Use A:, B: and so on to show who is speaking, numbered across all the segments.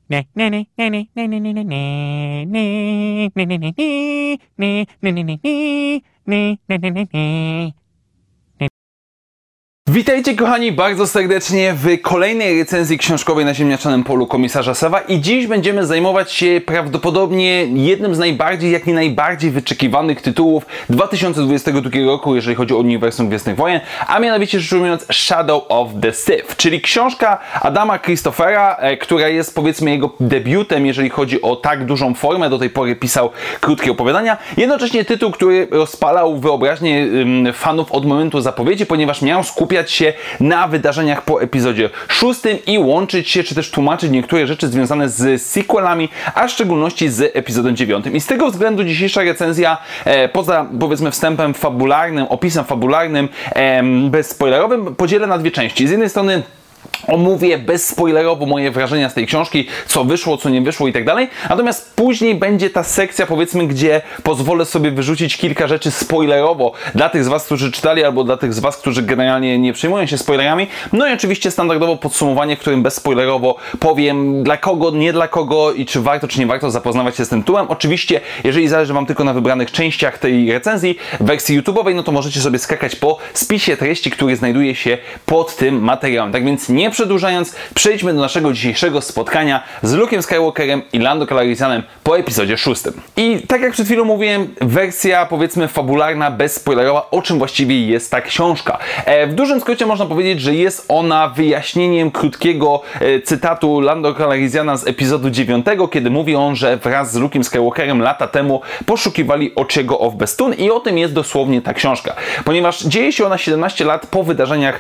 A: Witajcie kochani bardzo serdecznie w kolejnej recenzji książkowej na ziemniaczanym polu Komisarza Sewa i dziś będziemy zajmować się prawdopodobnie jednym z najbardziej, jak nie najbardziej wyczekiwanych tytułów 2022 roku, jeżeli chodzi o uniwersum Gwiezdnych Wojen, a mianowicie rzecz ujmując Shadow of the Sith, czyli książka Adama Christophera, która jest powiedzmy jego debiutem, jeżeli chodzi o tak dużą formę. Do tej pory pisał krótkie opowiadania, jednocześnie tytuł, który rozpalał wyobraźnię fanów od momentu zapowiedzi, ponieważ miał skupiać się na wydarzeniach po epizodzie 6 i łączyć się, czy też tłumaczyć niektóre rzeczy związane z sequelami, a w szczególności z epizodem 9. I z tego względu dzisiejsza recenzja, poza powiedzmy wstępem fabularnym, opisem fabularnym, bezspoilerowym, podzielę na dwie części. Z jednej strony omówię bezspoilerowo moje wrażenia z tej książki, co wyszło, co nie wyszło i tak dalej. Natomiast później będzie ta sekcja, powiedzmy, gdzie pozwolę sobie wyrzucić kilka rzeczy spoilerowo dla tych z Was, którzy czytali, albo dla tych z Was, którzy generalnie nie przejmują się spoilerami. No i oczywiście standardowo podsumowanie, w którym bezspoilerowo powiem dla kogo, nie dla kogo i czy warto, czy nie warto zapoznawać się z tym tytułem. Oczywiście, jeżeli zależy Wam tylko na wybranych częściach tej recenzji w wersji YouTube'owej, no to możecie sobie skakać po spisie treści, który znajduje się pod tym materiałem. Tak więc nie przedłużając, przejdźmy do naszego dzisiejszego spotkania z Luke'em Skywalkerem i Lando Calrissianem po epizodzie 6. I tak jak przed chwilą mówiłem, wersja powiedzmy fabularna, bezspoilerowa, o czym właściwie jest ta książka. W dużym skrócie można powiedzieć, że jest ona wyjaśnieniem krótkiego cytatu Lando Calrissiana z epizodu 9, kiedy mówi on, że wraz z Luke'em Skywalkerem lata temu poszukiwali Ociego of Bestun i o tym jest dosłownie ta książka. Ponieważ dzieje się ona 17 lat po wydarzeniach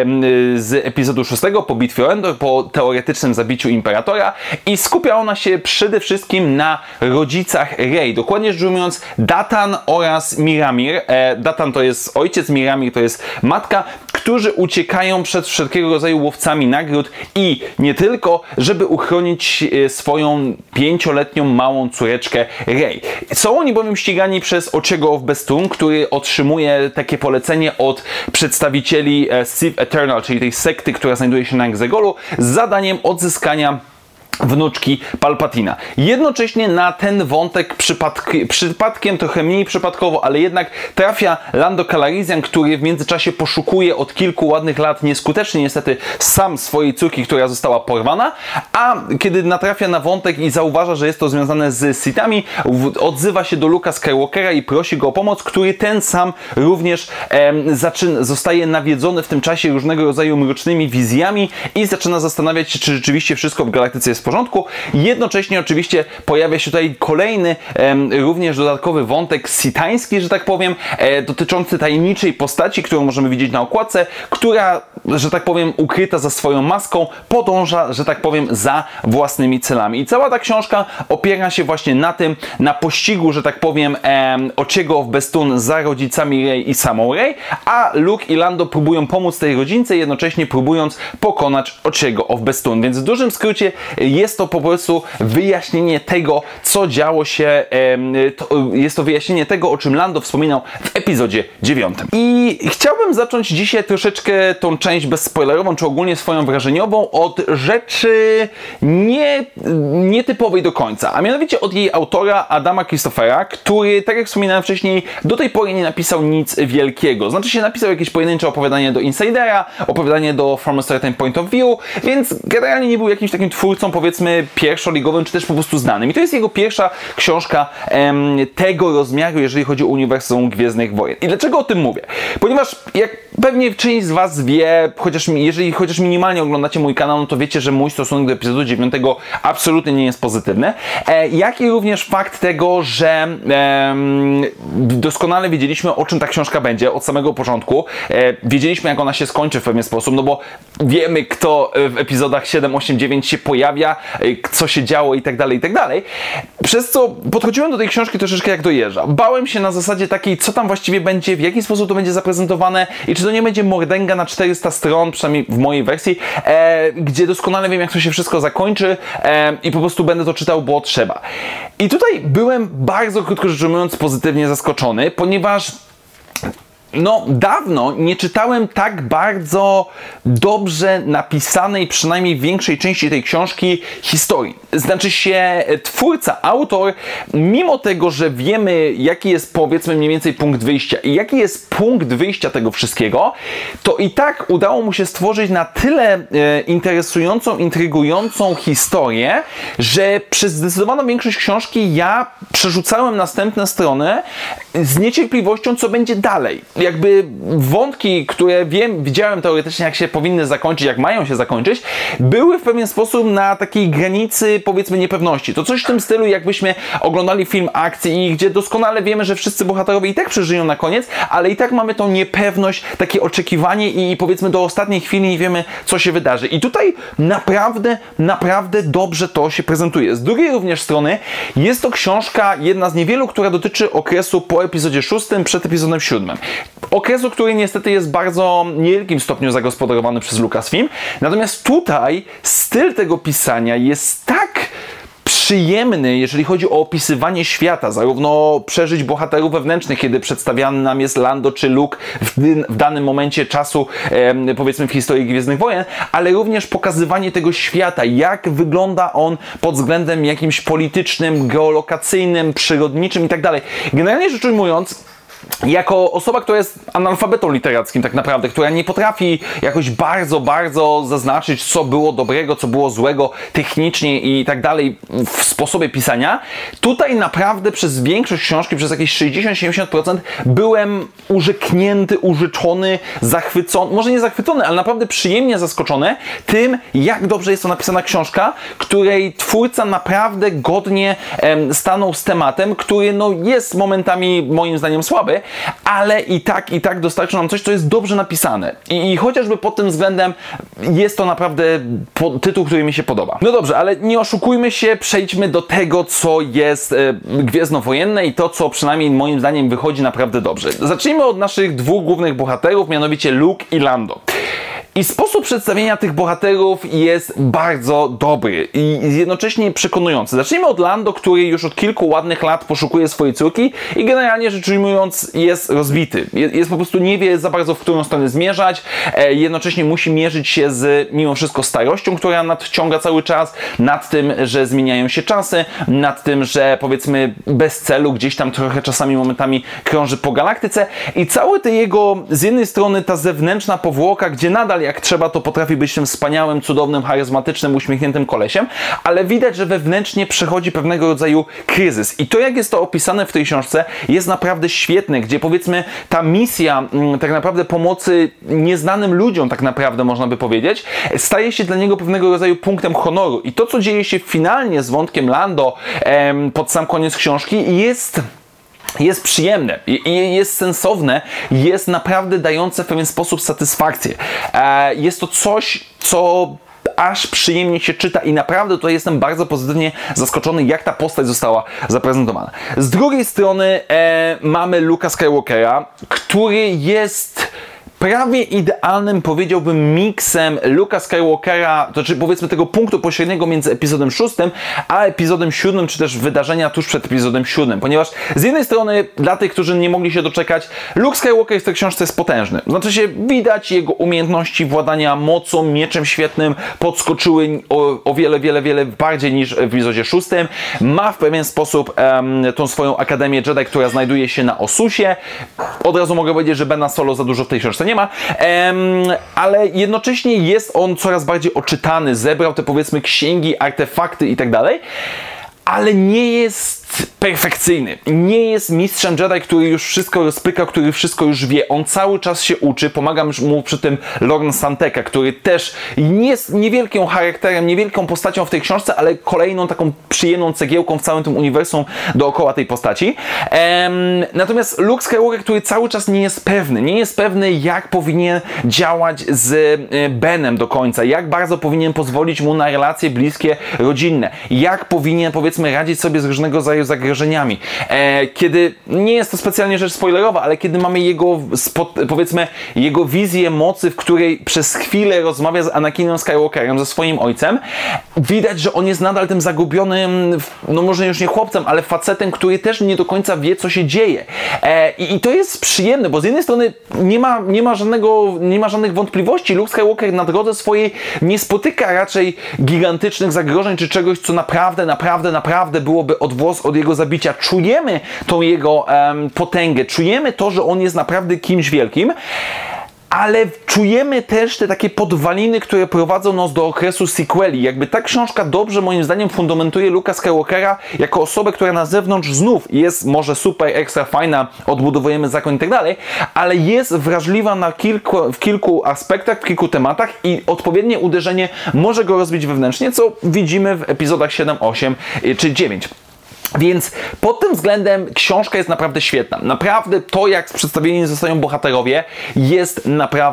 A: z epizodu 6, po bitwie o Endor, po teoretycznym zabiciu Imperatora i skupia ona się przede wszystkim na rodzicach Rey. Dokładnie rzecz ujmując Datan oraz Miramir. Datan to jest ojciec, Miramir to jest matka, którzy uciekają przed wszelkiego rodzaju łowcami nagród i nie tylko, żeby uchronić swoją 5-letnią małą córeczkę Rey. Są oni bowiem ścigani przez Ociego of Bestun, który otrzymuje takie polecenie od przedstawicieli Sith Eternal, czyli tej sekty, która znajduje się na Exegolu, z zadaniem odzyskania wnuczki Palpatina. Jednocześnie na ten wątek przypadkiem, trochę mniej przypadkowo, ale jednak trafia Lando Calrissian, który w międzyczasie poszukuje od kilku ładnych lat nieskutecznie niestety sam swojej córki, która została porwana, a kiedy natrafia na wątek i zauważa, że jest to związane z Sithami, odzywa się do Luke'a Skywalkera i prosi go o pomoc, który ten sam również zostaje nawiedzony w tym czasie różnego rodzaju mrocznymi wizjami i zaczyna zastanawiać się, czy rzeczywiście wszystko w galaktyce jest w porządku. Jednocześnie oczywiście pojawia się tutaj kolejny, również dodatkowy wątek sitański, że tak powiem, dotyczący tajemniczej postaci, którą możemy widzieć na okładce, która, że tak powiem, ukryta za swoją maską, podąża, że tak powiem, za własnymi celami. I cała ta książka opiera się właśnie na tym, na pościgu, że tak powiem, Ociego of Bestun za rodzicami Rey i samą Rey, a Luke i Lando próbują pomóc tej rodzince, jednocześnie próbując pokonać Ociego of Bestun. Więc w dużym skrócie jest to po prostu wyjaśnienie tego, co działo się, jest to wyjaśnienie tego, o czym Lando wspominał w epizodzie 9. I chciałbym zacząć dzisiaj troszeczkę tą część bezspoilerową, czy ogólnie swoją wrażeniową, od rzeczy nietypowej do końca, a mianowicie od jej autora Adama Christophera, który, tak jak wspominałem wcześniej, do tej pory nie napisał nic wielkiego. Znaczy się napisał jakieś pojedyncze opowiadanie do Insidera, opowiadanie do From a Certain Point of View, więc generalnie nie był jakimś takim twórcą, powiedzmy, pierwszoligowym, czy też po prostu znanym. I to jest jego pierwsza książka tego rozmiaru, jeżeli chodzi o uniwersum Gwiezdnych Wojen. I dlaczego o tym mówię? Ponieważ, jak pewnie część z Was wie, jeżeli chociaż minimalnie oglądacie mój kanał, no to wiecie, że mój stosunek do epizodu 9 absolutnie nie jest pozytywny. Jak i również fakt tego, że doskonale wiedzieliśmy, o czym ta książka będzie od samego początku. Wiedzieliśmy, jak ona się skończy w pewien sposób, no bo wiemy, kto w epizodach 7, 8, 9 się pojawia, co się działo i tak dalej, i tak dalej. Przez co podchodziłem do tej książki troszeczkę jak do jeża. Bałem się na zasadzie takiej, co tam właściwie będzie, w jaki sposób to będzie zaprezentowane i czy to nie będzie mordęga na 400 stron, przynajmniej w mojej wersji, gdzie doskonale wiem, jak to się wszystko zakończy i po prostu będę to czytał, bo trzeba. I tutaj byłem bardzo, krótko rzecz ujmując, pozytywnie zaskoczony, ponieważ no dawno nie czytałem tak bardzo dobrze napisanej, przynajmniej w większej części tej książki, historii. Znaczy się twórca, autor, mimo tego, że wiemy jaki jest powiedzmy mniej więcej punkt wyjścia i jaki jest punkt wyjścia tego wszystkiego, to i tak udało mu się stworzyć na tyle interesującą, intrygującą historię, że przez zdecydowaną większość książki ja przerzucałem następne strony z niecierpliwością, co będzie dalej. Jakby wątki, które widziałem teoretycznie, jak się powinny zakończyć, jak mają się zakończyć, były w pewien sposób na takiej granicy, powiedzmy, niepewności. To coś w tym stylu, jakbyśmy oglądali film akcji i gdzie doskonale wiemy, że wszyscy bohaterowie i tak przeżyją na koniec, ale i tak mamy tą niepewność, takie oczekiwanie i powiedzmy do ostatniej chwili nie wiemy, co się wydarzy. I tutaj naprawdę dobrze to się prezentuje. Z drugiej również strony jest to książka, jedna z niewielu, która dotyczy okresu po epizodzie 6, przed epizodem 7. Okresu, który niestety jest bardzo niewielkim stopniu zagospodarowany przez Lucasfilm. Natomiast tutaj styl tego pisania jest tak przyjemny, jeżeli chodzi o opisywanie świata, zarówno przeżyć bohaterów wewnętrznych, kiedy przedstawiany nam jest Lando czy Luke w danym momencie czasu, powiedzmy w historii Gwiezdnych Wojen, ale również pokazywanie tego świata, jak wygląda on pod względem jakimś politycznym, geolokacyjnym, przyrodniczym i tak dalej. Generalnie rzecz ujmując, jako osoba, która jest analfabetą literackim tak naprawdę, która nie potrafi jakoś bardzo zaznaczyć, co było dobrego, co było złego technicznie i tak dalej w sposobie pisania, tutaj naprawdę przez większość książki, przez jakieś 60-70% byłem urzeknięty, użyczony, zachwycony, może nie zachwycony, ale naprawdę przyjemnie zaskoczony tym, jak dobrze jest to napisana książka, której twórca naprawdę godnie stanął z tematem, który no jest momentami moim zdaniem słaby, ale i tak dostarczy nam coś, co jest dobrze napisane. I chociażby pod tym względem jest to naprawdę tytuł, który mi się podoba. No dobrze, ale nie oszukujmy się, przejdźmy do tego, co jest gwiezdnowojenne i to, co przynajmniej moim zdaniem wychodzi naprawdę dobrze. Zacznijmy od naszych dwóch głównych bohaterów, mianowicie Luke i Lando. I sposób przedstawienia tych bohaterów jest bardzo dobry i jednocześnie przekonujący. Zacznijmy od Lando, który już od kilku ładnych lat poszukuje swojej córki i generalnie rzecz ujmując jest rozbity. Jest po prostu nie wie za bardzo, w którą stronę zmierzać. Jednocześnie musi mierzyć się z mimo wszystko starością, która nadciąga cały czas, nad tym, że zmieniają się czasy, nad tym, że powiedzmy bez celu gdzieś tam trochę czasami momentami krąży po galaktyce i cały te jego z jednej strony ta zewnętrzna powłoka, gdzie nadal jak trzeba, to potrafi być tym wspaniałym, cudownym, charyzmatycznym, uśmiechniętym kolesiem, ale widać, że wewnętrznie przechodzi pewnego rodzaju kryzys. I to, jak jest to opisane w tej książce, jest naprawdę świetne, gdzie powiedzmy ta misja tak naprawdę pomocy nieznanym ludziom, tak naprawdę można by powiedzieć, staje się dla niego pewnego rodzaju punktem honoru. I to, co dzieje się finalnie z wątkiem Lando pod sam koniec książki, jest przyjemne, jest sensowne, jest naprawdę dające w pewien sposób satysfakcję. Jest to coś, co aż przyjemnie się czyta i naprawdę tutaj jestem bardzo pozytywnie zaskoczony, jak ta postać została zaprezentowana. Z drugiej strony mamy Luke'a Skywalkera, który jest prawie idealnym, powiedziałbym, miksem Luke'a Skywalkera, to znaczy powiedzmy tego punktu pośredniego między epizodem 6 a epizodem 7, czy też wydarzenia tuż przed epizodem 7, ponieważ z jednej strony dla tych, którzy nie mogli się doczekać, Luke Skywalker w tej książce jest potężny. Znaczy się widać jego umiejętności władania mocą, mieczem świetnym, podskoczyły o wiele bardziej niż w epizodzie 6. Ma w pewien sposób tą swoją Akademię Jedi, która znajduje się na Osusie. Od razu mogę powiedzieć, że Bena Solo za dużo w tej książce nie ma, ale jednocześnie jest on coraz bardziej oczytany, zebrał te powiedzmy księgi, artefakty i tak dalej, ale nie jest perfekcyjny. Nie jest mistrzem Jedi, który już wszystko rozpyka, który wszystko już wie. On cały czas się uczy. Pomaga mu przy tym Lorn Santeka, który też jest niewielkim charakterem, niewielką postacią w tej książce, ale kolejną taką przyjemną cegiełką w całym tym uniwersum dookoła tej postaci. Natomiast Luke Skywalker, który cały czas nie jest pewny, jak powinien działać z Benem do końca, jak bardzo powinien pozwolić mu na relacje bliskie, rodzinne, jak powinien powiedzmy powiedzmy radzić sobie z różnego rodzaju zagrożeniami. Kiedy, nie jest to specjalnie rzecz spoilerowa, ale kiedy mamy powiedzmy jego wizję mocy, w której przez chwilę rozmawia z Anakinem Skywalkerem, ze swoim ojcem, widać, że on jest nadal tym zagubionym, no może już nie chłopcem, ale facetem, który też nie do końca wie, co się dzieje. I to jest przyjemne, bo z jednej strony nie ma żadnych wątpliwości. Luke Skywalker na drodze swojej nie spotyka raczej gigantycznych zagrożeń, czy czegoś, co naprawdę byłoby odwłos od jego zabicia. Czujemy tą jego potęgę, czujemy to, że on jest naprawdę kimś wielkim, ale czujemy też te takie podwaliny, które prowadzą nas do okresu sequeli. Jakby ta książka dobrze, moim zdaniem, fundamentuje Luke'a Skywalkera jako osobę, która na zewnątrz znów jest może super, ekstra fajna, odbudowujemy zakon i tak dalej, ale jest wrażliwa w kilku aspektach, w kilku tematach i odpowiednie uderzenie może go rozbić wewnętrznie, co widzimy w epizodach 7, 8 czy 9. Więc pod tym względem książka jest naprawdę świetna. Naprawdę to, jak przedstawieni zostają bohaterowie, jest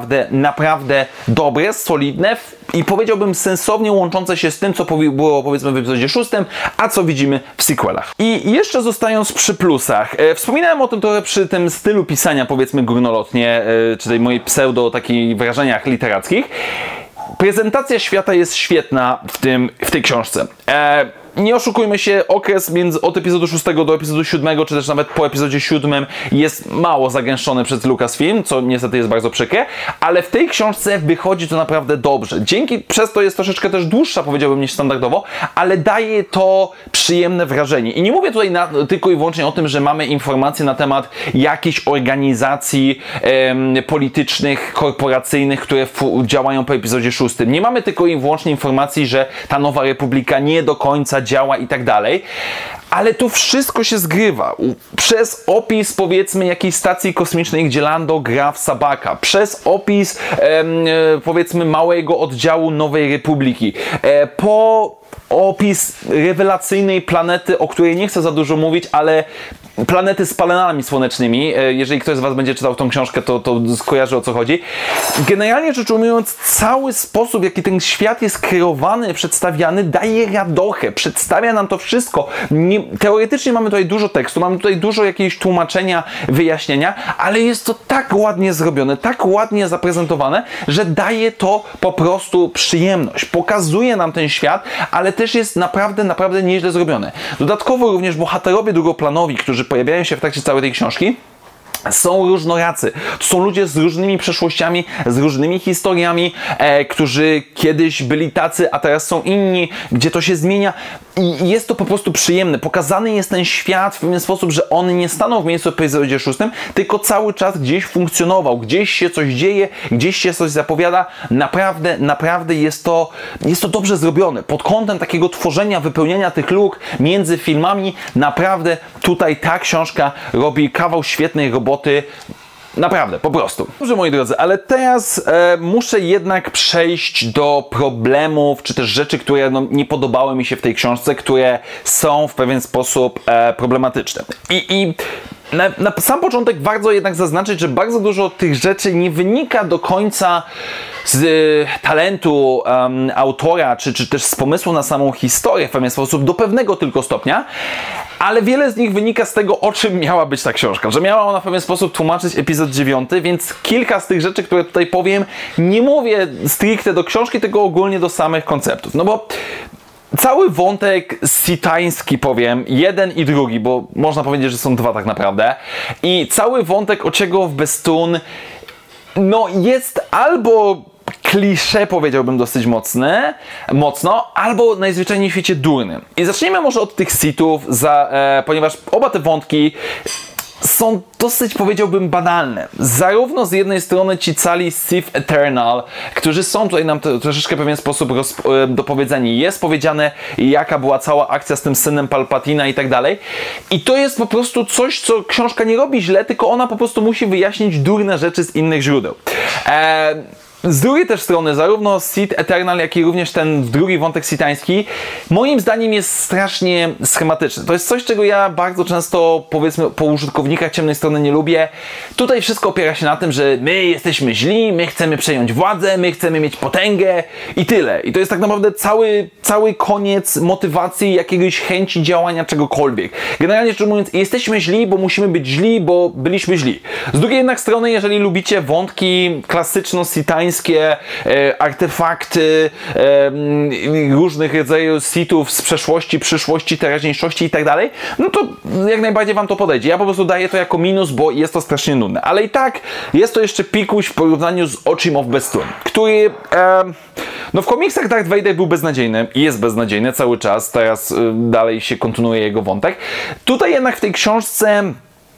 A: naprawdę dobre, solidne i powiedziałbym sensownie łączące się z tym, co było powiedzmy w epizodzie 6, a co widzimy w sequelach. I jeszcze zostając przy plusach. Wspominałem o tym trochę przy tym stylu pisania, powiedzmy górnolotnie, czy tej mojej pseudo takich wrażeniach literackich. Prezentacja świata jest świetna w tej książce. Nie oszukujmy się, okres od epizodu 6 do epizodu 7, czy też nawet po epizodzie 7 jest mało zagęszczony przez Lucasfilm, co niestety jest bardzo przykre, ale w tej książce wychodzi to naprawdę dobrze. Przez to jest troszeczkę też dłuższa, powiedziałbym, niż standardowo, ale daje to przyjemne wrażenie. I nie mówię tutaj tylko i wyłącznie o tym, że mamy informacje na temat jakichś organizacji politycznych, korporacyjnych, które działają po epizodzie 6. Nie mamy tylko i wyłącznie informacji, że ta Nowa Republika nie do końca działa i tak dalej, ale tu wszystko się zgrywa. Przez opis, powiedzmy, jakiejś stacji kosmicznej, gdzie Lando gra w Sabaka, przez opis, powiedzmy, małego oddziału Nowej Republiki, po opis rewelacyjnej planety, o której nie chcę za dużo mówić, ale planety z panelami słonecznymi. Jeżeli ktoś z Was będzie czytał tą książkę, to skojarzy, o co chodzi. Generalnie rzecz ujmując, cały sposób, w jaki ten świat jest kreowany, przedstawiany, daje radochę. Przedstawia nam to wszystko. Teoretycznie mamy tutaj dużo tekstu, mamy tutaj dużo jakiegoś tłumaczenia, wyjaśnienia, ale jest to tak ładnie zrobione, tak ładnie zaprezentowane, że daje to po prostu przyjemność. Pokazuje nam ten świat, ale też jest naprawdę nieźle zrobione. Dodatkowo również bohaterowie drugoplanowi, którzy pojawiają się w trakcie całej tej książki, są różnoracy. To są ludzie z różnymi przeszłościami, z różnymi historiami, którzy kiedyś byli tacy, a teraz są inni, gdzie to się zmienia. I jest to po prostu przyjemne. Pokazany jest ten świat w pewien sposób, że on nie stanął w miejscu w epizodzie 6, tylko cały czas gdzieś funkcjonował. Gdzieś się coś dzieje, gdzieś się coś zapowiada. Naprawdę jest to dobrze zrobione. Pod kątem takiego tworzenia, wypełniania tych luk między filmami, naprawdę tutaj ta książka robi kawał świetnej roboty. Naprawdę, po prostu. Dobrze, moi drodzy, ale teraz muszę jednak przejść do problemów, czy też rzeczy, które nie podobały mi się w tej książce, które są w pewien sposób problematyczne. I na sam początek warto jednak zaznaczyć, że bardzo dużo tych rzeczy nie wynika do końca z talentu autora, czy też z pomysłu na samą historię w pewien sposób, do pewnego tylko stopnia, ale wiele z nich wynika z tego, o czym miała być ta książka, że miała ona w pewien sposób tłumaczyć epizod 9, więc kilka z tych rzeczy, które tutaj powiem, nie mówię stricte do książki, tylko ogólnie do samych konceptów, no bo cały wątek sitański, powiem, jeden i drugi, bo można powiedzieć, że są dwa tak naprawdę, i cały wątek Ociego w Bestun, no jest albo klisze, powiedziałbym, dosyć mocno, albo najzwyczajniej w świecie durny. I zacznijmy może od tych sitów, ponieważ oba te wątki są dosyć, powiedziałbym, banalne. Zarówno z jednej strony ci cali Sith Eternal, którzy są tutaj nam troszeczkę w pewien sposób dopowiedzeni. Jest powiedziane, jaka była cała akcja z tym synem Palpatina i tak dalej. I to jest po prostu coś, co książka nie robi źle, tylko ona po prostu musi wyjaśnić durne rzeczy z innych źródeł. Z drugiej też strony, zarówno Sith Eternal, jak i również ten drugi wątek sitański, moim zdaniem jest strasznie schematyczny. To jest coś, czego ja bardzo często, powiedzmy, po użytkownikach ciemnej strony nie lubię. Tutaj wszystko opiera się na tym, że my jesteśmy źli, my chcemy przejąć władzę, my chcemy mieć potęgę i tyle. I to jest tak naprawdę cały koniec motywacji jakiegoś chęci działania czegokolwiek. Generalnie rzecz ujmując, jesteśmy źli, bo musimy być źli, bo byliśmy źli. Z drugiej jednak strony, jeżeli lubicie wątki klasyczno-sitańskie, artefakty różnych rodzajów Sithów z przeszłości, przyszłości, teraźniejszości i tak dalej, no to jak najbardziej wam to podejdzie. Ja po prostu daję to jako minus, bo jest to strasznie nudne. Ale i tak jest to jeszcze pikuś w porównaniu z Oczim of Bestun, który no w komiksach Darth Vader był beznadziejny i jest beznadziejny cały czas. Teraz dalej się kontynuuje jego wątek. Tutaj jednak w tej książce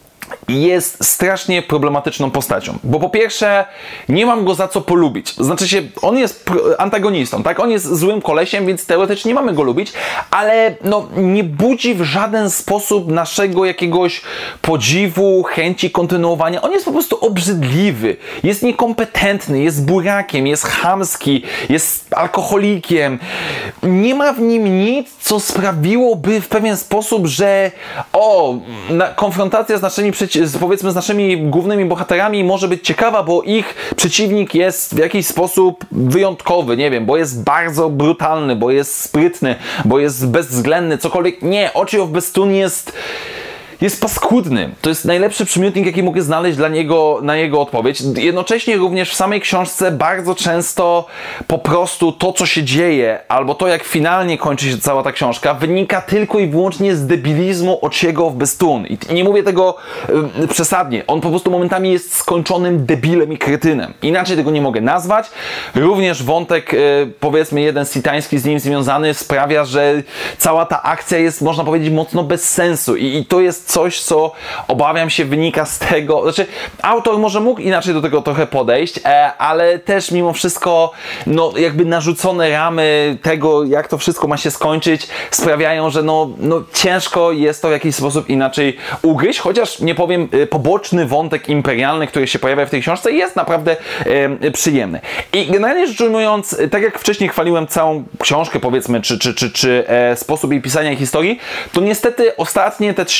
A: jest strasznie problematyczną postacią, bo po pierwsze nie mam go za co polubić, znaczy się, on jest antagonistą, tak, on jest złym kolesiem, więc teoretycznie nie mamy go lubić, ale no nie budzi w żaden sposób naszego jakiegoś podziwu, chęci kontynuowania, on jest po prostu obrzydliwy, jest niekompetentny, jest burakiem, jest chamski, jest alkoholikiem, nie ma w nim nic, co sprawiłoby w pewien sposób, że konfrontacja z naszymi głównymi bohaterami może być ciekawa, bo ich przeciwnik jest w jakiś sposób wyjątkowy, nie wiem, bo jest bardzo brutalny, bo jest sprytny, bo jest bezwzględny, cokolwiek. Nie, Oczy of Bestun jest paskudny. To jest najlepszy przymiotnik, jaki mogę znaleźć dla niego, na jego odpowiedź. Jednocześnie również w samej książce bardzo często po prostu to, co się dzieje, albo to, jak finalnie kończy się cała ta książka, wynika tylko i wyłącznie z debilizmu Ociego of Bestun. I nie mówię tego przesadnie. On po prostu momentami jest skończonym debilem i kretynem. Inaczej tego nie mogę nazwać. Również wątek, powiedzmy, jeden sitański z nim związany sprawia, że cała ta akcja jest, można powiedzieć, mocno bez sensu. I to jest coś, co obawiam się wynika z tego, znaczy autor może mógł inaczej do tego trochę podejść, ale też mimo wszystko no jakby narzucone ramy tego, jak to wszystko ma się skończyć, sprawiają, że no ciężko jest to w jakiś sposób inaczej ugryźć, chociaż nie powiem, poboczny wątek imperialny, który się pojawia w tej książce, jest naprawdę przyjemny. I generalnie rzecz ujmując, tak jak wcześniej chwaliłem całą książkę, powiedzmy, czy sposób jej pisania i historii, to niestety ostatnie te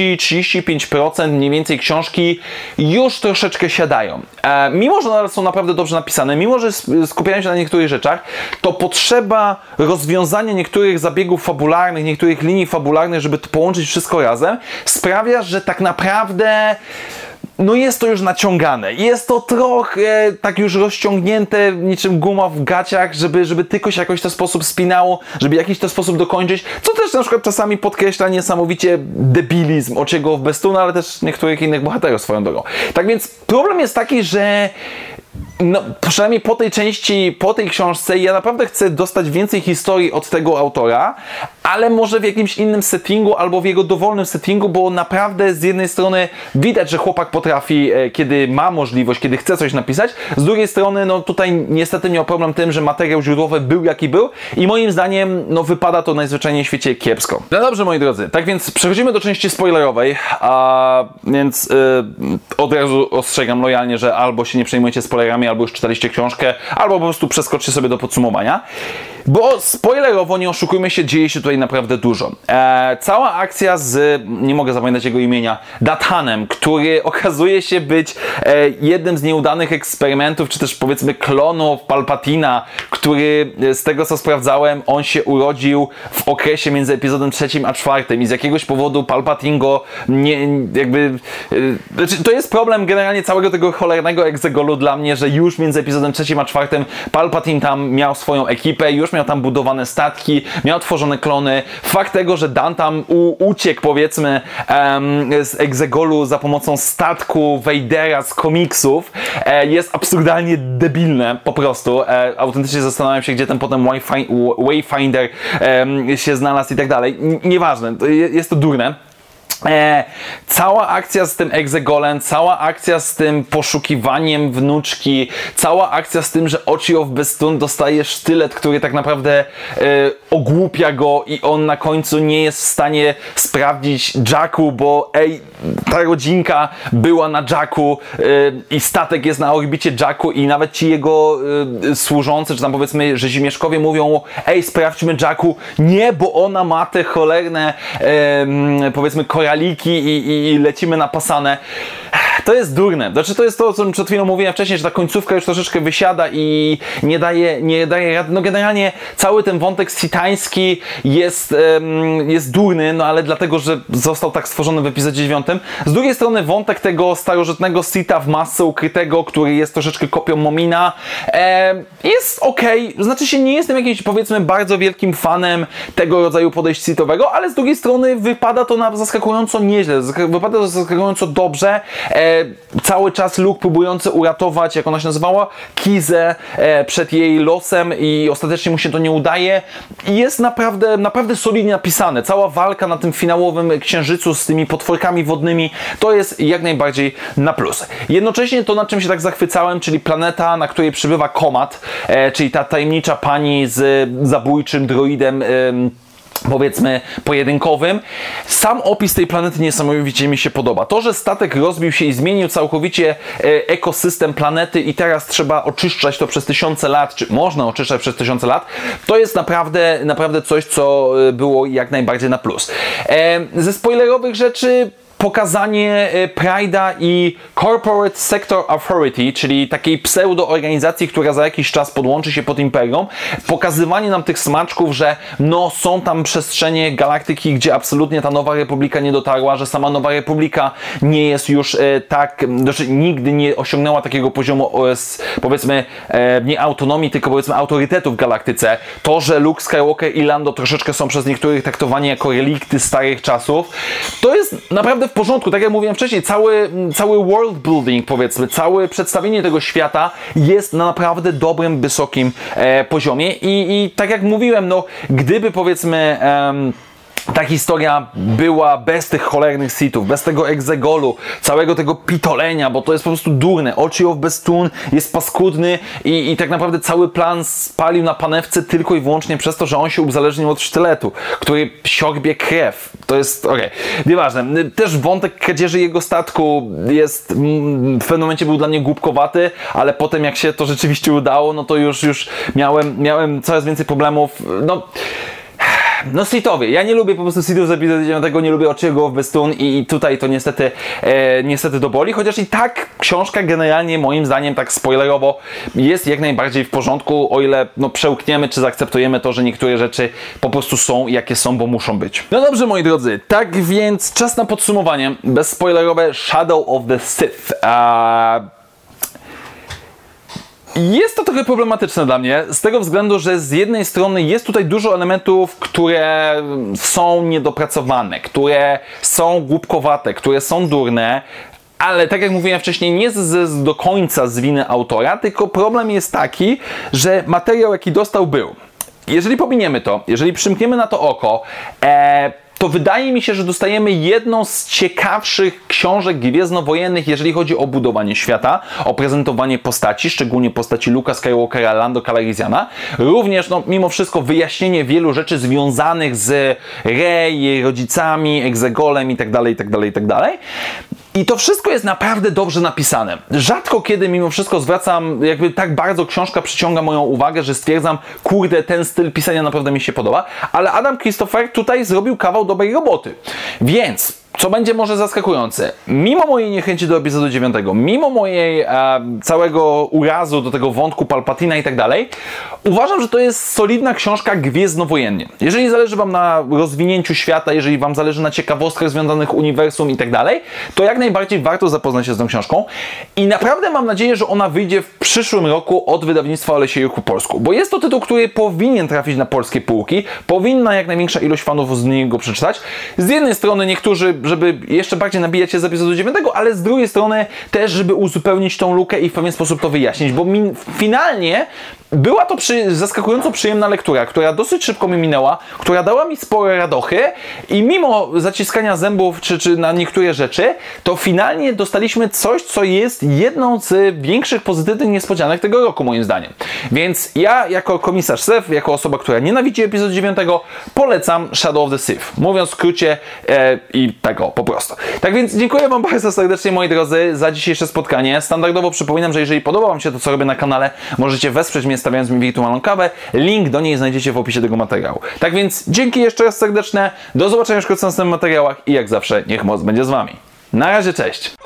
A: 30-35% mniej więcej książki już troszeczkę siadają. Mimo, że nadal są naprawdę dobrze napisane, mimo, że skupiają się na niektórych rzeczach, to potrzeba rozwiązania niektórych zabiegów fabularnych, niektórych linii fabularnych, żeby to połączyć wszystko razem, sprawia, że tak naprawdę no jest to już naciągane. Jest to trochę tak już rozciągnięte niczym guma w gaciach, żeby tylko się jakoś w ten sposób spinało, żeby jakiś ten sposób dokończyć, co też na przykład czasami podkreśla niesamowicie debilizm Ociego of Bestuna, ale też niektórych innych bohaterów swoją drogą. Tak więc problem jest taki, że no, przynajmniej po tej części, po tej książce ja naprawdę chcę dostać więcej historii od tego autora, ale może w jakimś innym settingu albo w jego dowolnym settingu, bo naprawdę z jednej strony widać, że chłopak potrafi, kiedy ma możliwość, kiedy chce coś napisać, z drugiej strony no tutaj niestety miał problem tym, że materiał źródłowy był jaki był i moim zdaniem no wypada to najzwyczajniej w świecie kiepsko. No dobrze, moi drodzy, tak więc przechodzimy do części spoilerowej, więc od razu ostrzegam lojalnie, że albo się nie przejmujecie spoilerami, albo już czytaliście książkę, albo po prostu przeskoczcie sobie do podsumowania. Bo spoilerowo, nie oszukujmy się, dzieje się tutaj naprawdę dużo. Cała akcja z, nie mogę zapamiętać jego imienia, Dathanem, który okazuje się być jednym z nieudanych eksperymentów, czy też powiedzmy klonów Palpatina, który z tego co sprawdzałem, on się urodził w okresie między epizodem 3 a 4 i z jakiegoś powodu Palpatine go to jest problem generalnie całego tego cholernego egzegolu dla mnie, że już między epizodem 3 a 4 Palpatine tam miał swoją ekipę, już miał tam budowane statki, miał tworzone klony. Fakt tego, że Dan tam uciekł, powiedzmy, z egzegolu za pomocą statku Vadera z komiksów, jest absurdalnie debilne, po prostu. Autentycznie zastanawiam się, gdzie ten potem Wayfinder się znalazł i tak dalej. Nieważne, jest to durne. Cała akcja z tym Exegolem, cała akcja z tym poszukiwaniem wnuczki, cała akcja z tym, że Ochi of Bestun dostaje sztylet, który tak naprawdę ogłupia go i on na końcu nie jest w stanie sprawdzić Jakku, bo ta rodzinka była na Jakku i statek jest na orbicie Jakku i nawet ci jego służący, czy tam powiedzmy rzezimieszkowie mówią: sprawdźmy Jakku, nie, bo ona ma te cholerne powiedzmy koraliki i lecimy na pasanę. To jest durne. Znaczy, to jest to, o czym przed chwilą mówiłem wcześniej, że ta końcówka już troszeczkę wysiada i nie daje rady. No generalnie cały ten wątek sitański jest durny, no ale dlatego, że został tak stworzony w epizodzie 9. Z drugiej strony wątek tego starożytnego Sita w masce ukrytego, który jest troszeczkę kopią Momina, jest okej. Znaczy się, nie jestem jakimś, powiedzmy, bardzo wielkim fanem tego rodzaju podejść sitowego, ale z drugiej strony wypada to na zaskakująco nieźle, wypada to zaskakująco dobrze. Cały czas Luke próbujący uratować, jak ona się nazywała, Kizę przed jej losem i ostatecznie mu się to nie udaje. I jest naprawdę solidnie napisane. Cała walka na tym finałowym księżycu z tymi potworkami wodnymi, to jest jak najbardziej na plus. Jednocześnie to, nad czym się tak zachwycałem, czyli planeta, na której przybywa Komat, czyli ta tajemnicza pani z zabójczym droidem, powiedzmy pojedynkowym. Sam opis tej planety niesamowicie mi się podoba. To, że statek rozbił się i zmienił całkowicie ekosystem planety i teraz trzeba oczyszczać to przez tysiące lat, czy można oczyszczać przez tysiące lat, to jest naprawdę coś, co było jak najbardziej na plus. Ze spoilerowych rzeczy pokazanie Pride'a i Corporate Sector Authority, czyli takiej pseudo-organizacji, która za jakiś czas podłączy się pod Imperium. Pokazywanie nam tych smaczków, że no są tam przestrzenie galaktyki, gdzie absolutnie ta Nowa Republika nie dotarła, że sama Nowa Republika nie jest już znaczy nigdy nie osiągnęła takiego poziomu powiedzmy nie autonomii, tylko powiedzmy autorytetu w galaktyce. To, że Luke Skywalker i Lando troszeczkę są przez niektórych traktowani jako relikty starych czasów, to jest naprawdę w porządku. Tak jak mówiłem wcześniej, cały world building, powiedzmy, całe przedstawienie tego świata jest na naprawdę dobrym, wysokim poziomie i tak jak mówiłem, no gdyby powiedzmy ta historia była bez tych cholernych sitów, bez tego Exegolu, całego tego pitolenia, bo to jest po prostu durne. Ochi of Bestun jest paskudny i tak naprawdę cały plan spalił na panewce tylko i wyłącznie przez to, że on się uzależnił od sztyletu, który siorbie krew. To jest, nieważne. Też wątek kradzieży jego statku jest, w pewnym momencie był dla mnie głupkowaty, ale potem jak się to rzeczywiście udało, no to już miałem coraz więcej problemów. No Sithowie. Ja nie lubię po prostu Sithów z epizodu 9, nie lubię Ochiego of Bestun i tutaj to niestety doboli, chociaż i tak książka generalnie moim zdaniem tak spoilerowo jest jak najbardziej w porządku, o ile przełkniemy czy zaakceptujemy to, że niektóre rzeczy po prostu są jakie są, bo muszą być. No dobrze, moi drodzy, tak więc czas na podsumowanie bezspoilerowe Shadow of the Sith. Jest to trochę problematyczne dla mnie, z tego względu, że z jednej strony jest tutaj dużo elementów, które są niedopracowane, które są głupkowate, które są durne, ale tak jak mówiłem wcześniej, nie do końca z winy autora, tylko problem jest taki, że materiał, jaki dostał, był. Jeżeli pominiemy to, jeżeli przymkniemy na to oko, to wydaje mi się, że dostajemy jedną z ciekawszych książek gwiezdnowojennych, jeżeli chodzi o budowanie świata, o prezentowanie postaci, szczególnie postaci Luke'a Skywalkera, Lando Calrissiana. Również, mimo wszystko, wyjaśnienie wielu rzeczy związanych z Rey, jej rodzicami, Exegolem itd. I to wszystko jest naprawdę dobrze napisane. Rzadko kiedy mimo wszystko zwracam, jakby tak bardzo książka przyciąga moją uwagę, że stwierdzam, kurde, ten styl pisania naprawdę mi się podoba, ale Adam Christopher tutaj zrobił kawał dobrej roboty. Więc co będzie może zaskakujące, mimo mojej niechęci do epizodu 9, mimo mojej całego urazu do tego wątku Palpatina i tak dalej, uważam, że to jest solidna książka gwiezdnowojennie. Jeżeli zależy Wam na rozwinięciu świata, jeżeli Wam zależy na ciekawostkach związanych uniwersum i tak dalej, to jak najbardziej warto zapoznać się z tą książką i naprawdę mam nadzieję, że ona wyjdzie w przyszłym roku od wydawnictwa Olesieju po polsku, bo jest to tytuł, który powinien trafić na polskie półki, powinna jak największa ilość fanów z niego przeczytać. Z jednej strony niektórzy żeby jeszcze bardziej nabijać się z epizodu 9, ale z drugiej strony też, żeby uzupełnić tą lukę i w pewien sposób to wyjaśnić, bo finalnie była to zaskakująco przyjemna lektura, która dosyć szybko mi minęła, która dała mi spore radochy i mimo zaciskania zębów czy na niektóre rzeczy, to finalnie dostaliśmy coś, co jest jedną z większych pozytywnych niespodzianek tego roku, moim zdaniem. Więc ja jako komisarz Sef, jako osoba, która nienawidzi epizodu 9, polecam Shadow of the Sith. Mówiąc w skrócie i tego po prostu. Tak więc dziękuję Wam bardzo serdecznie, moi drodzy, za dzisiejsze spotkanie. Standardowo przypominam, że jeżeli podoba Wam się to, co robię na kanale, możecie wesprzeć mnie stawiając mi wirtualną kawę. Link do niej znajdziecie w opisie tego materiału. Tak więc dzięki jeszcze raz serdeczne. Do zobaczenia już w następnych materiałach i jak zawsze niech moc będzie z Wami. Na razie, cześć!